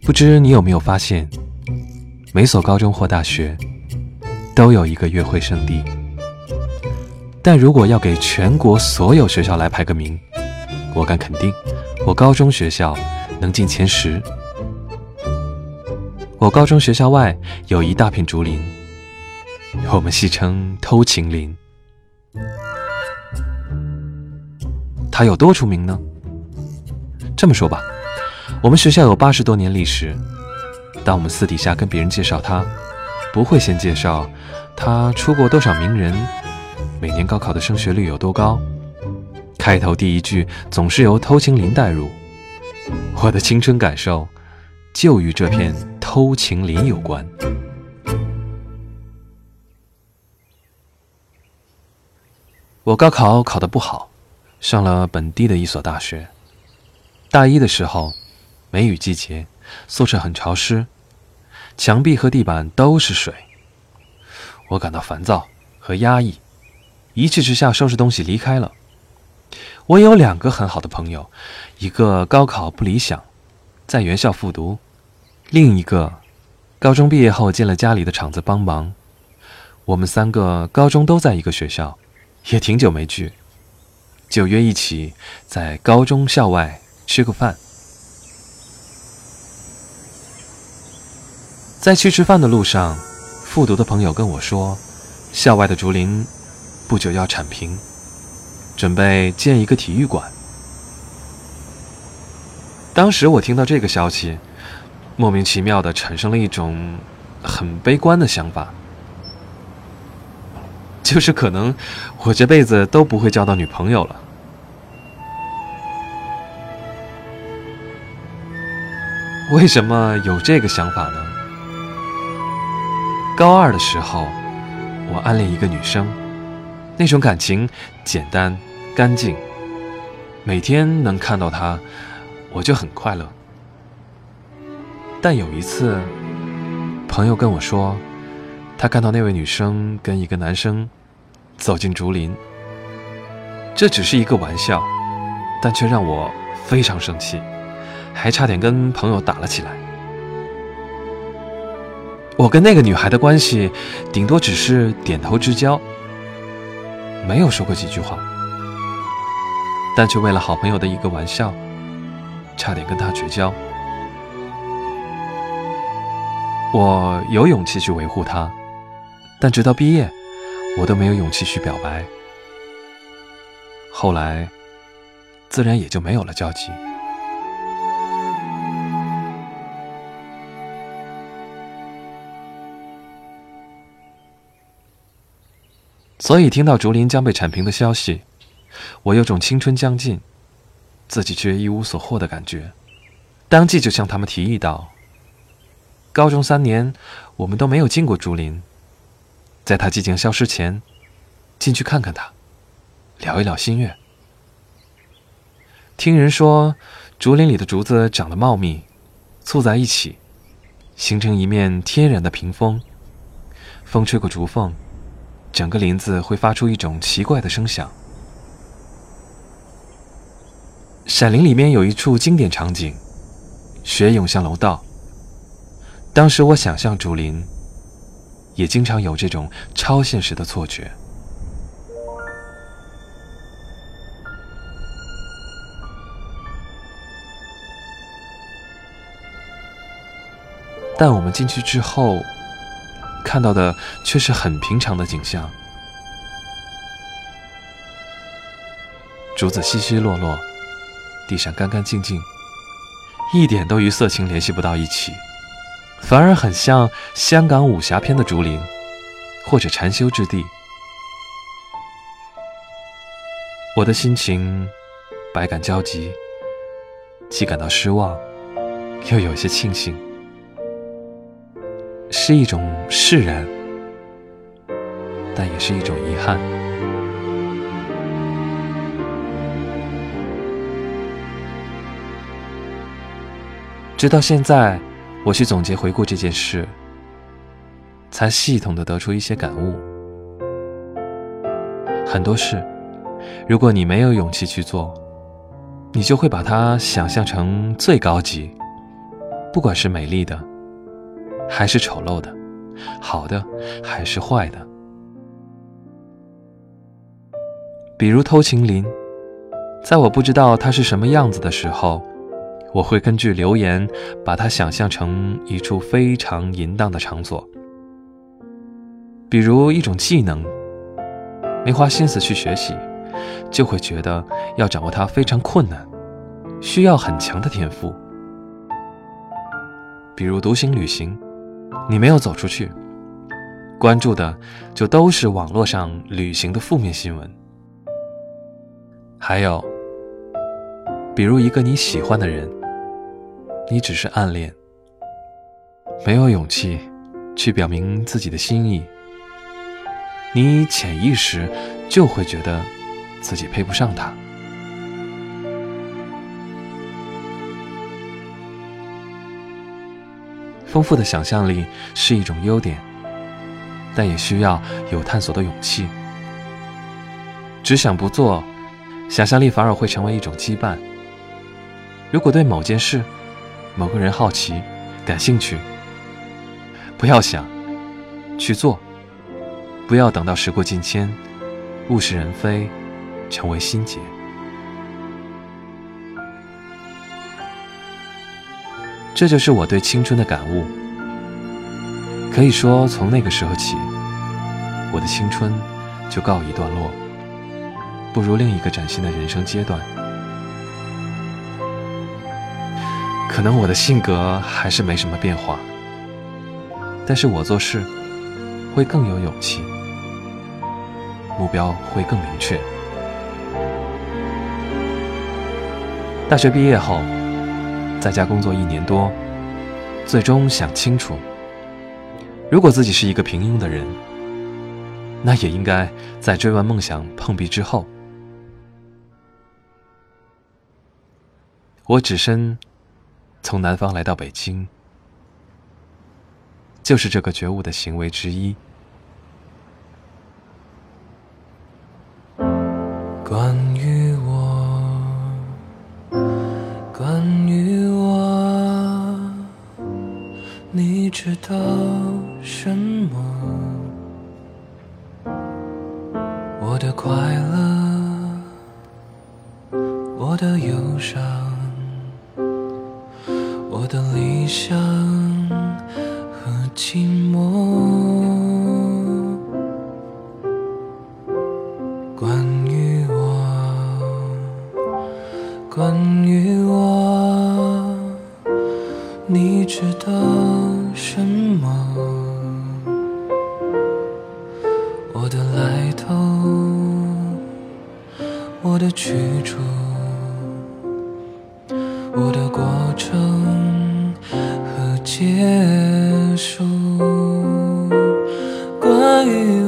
不知你有没有发现，每所高中或大学都有一个约会圣地，但如果要给全国所有学校来排个名，我敢肯定，我高中学校能进前10。我高中学校外有一大片竹林，我们戏称偷情林。它有多出名呢？这么说吧，我们学校有80多年历史，当我们私底下跟别人介绍它，不会先介绍它出过多少名人，每年高考的升学率有多高，开头第一句总是由偷情林带入。我的青春感受就与这片偷情林有关。我高考考得不好，上了本地的一所大学。大一的时候，梅雨季节，宿舍很潮湿，墙壁和地板都是水。我感到烦躁和压抑，一气之下收拾东西离开了。我有2个很好的朋友，一个高考不理想，在原校复读，另一个高中毕业后进了家里的厂子帮忙。我们3个高中都在一个学校，也挺久没聚，就约一起在高中校外吃个饭。在去吃饭的路上，复读的朋友跟我说，校外的竹林不久要铲平，准备建一个体育馆。当时我听到这个消息，莫名其妙地产生了一种很悲观的想法，就是可能我这辈子都不会交到女朋友了。为什么有这个想法呢？高2的时候，我暗恋一个女生，那种感情简单干净，每天能看到她，我就很快乐。但有一次，朋友跟我说，他看到那位女生跟一个男生走进竹林。这只是一个玩笑，但却让我非常生气，还差点跟朋友打了起来。我跟那个女孩的关系顶多只是点头之交，没有说过几句话，但却为了好朋友的一个玩笑，差点跟她绝交。我有勇气去维护她，但直到毕业，我都没有勇气去表白。后来，自然也就没有了交集。所以听到竹林将被铲平的消息，我有种青春将近，自己却一无所获的感觉。当即就向他们提议道，高中3年我们都没有进过竹林，在它即将消失前，进去看看它，聊一聊心愿。听人说，竹林里的竹子长得茂密，簇在一起，形成一面天然的屏风，风吹过竹缝，整个林子会发出一种奇怪的声响。闪灵里面有一处经典场景，雪涌向楼道。当时我想象竹林，也经常有这种超现实的错觉。但我们进去之后，看到的却是很平常的景象。竹子稀稀落落，地上干干净净，一点都与色情联系不到一起，反而很像香港武侠片的竹林，或者禅修之地。我的心情百感交集，既感到失望，又有些庆幸，是一种释然，但也是一种遗憾。直到现在，我去总结回顾这件事，才系统地得出一些感悟。很多事，如果你没有勇气去做，你就会把它想象成最高级、 不管是美丽的还是丑陋的，好的还是坏的。比如偷情林，在我不知道它是什么样子的时候，我会根据留言把它想象成一处非常淫荡的场所。比如一种技能，没花心思去学习，就会觉得要掌握它非常困难，需要很强的天赋。比如独行旅行，你没有走出去，关注的就都是网络上旅行的负面新闻。还有比如一个你喜欢的人，你只是暗恋，没有勇气去表明自己的心意，你潜意识就会觉得自己配不上他。丰富的想象力是一种优点，但也需要有探索的勇气。只想不做，想象力反而会成为一种羁绊。如果对某件事、某个人好奇、感兴趣，不要想，去做，不要等到时过境迁，物是人非，成为心结。这就是我对青春的感悟。可以说，从那个时候起，我的青春就告一段落，步入另一个崭新的人生阶段。可能我的性格还是没什么变化，但是我做事会更有勇气，目标会更明确。大学毕业后，在家工作1年多，最终想清楚，如果自己是一个平庸的人，那也应该在追完梦想碰壁之后。我只身从南方来到北京，就是这个觉悟的行为之一。 关于我，你知道什么？我的快乐，我的忧伤，我的理想和寂寞。关于我，你知道什么？我的来头，我的去处，我的过程和结束。关于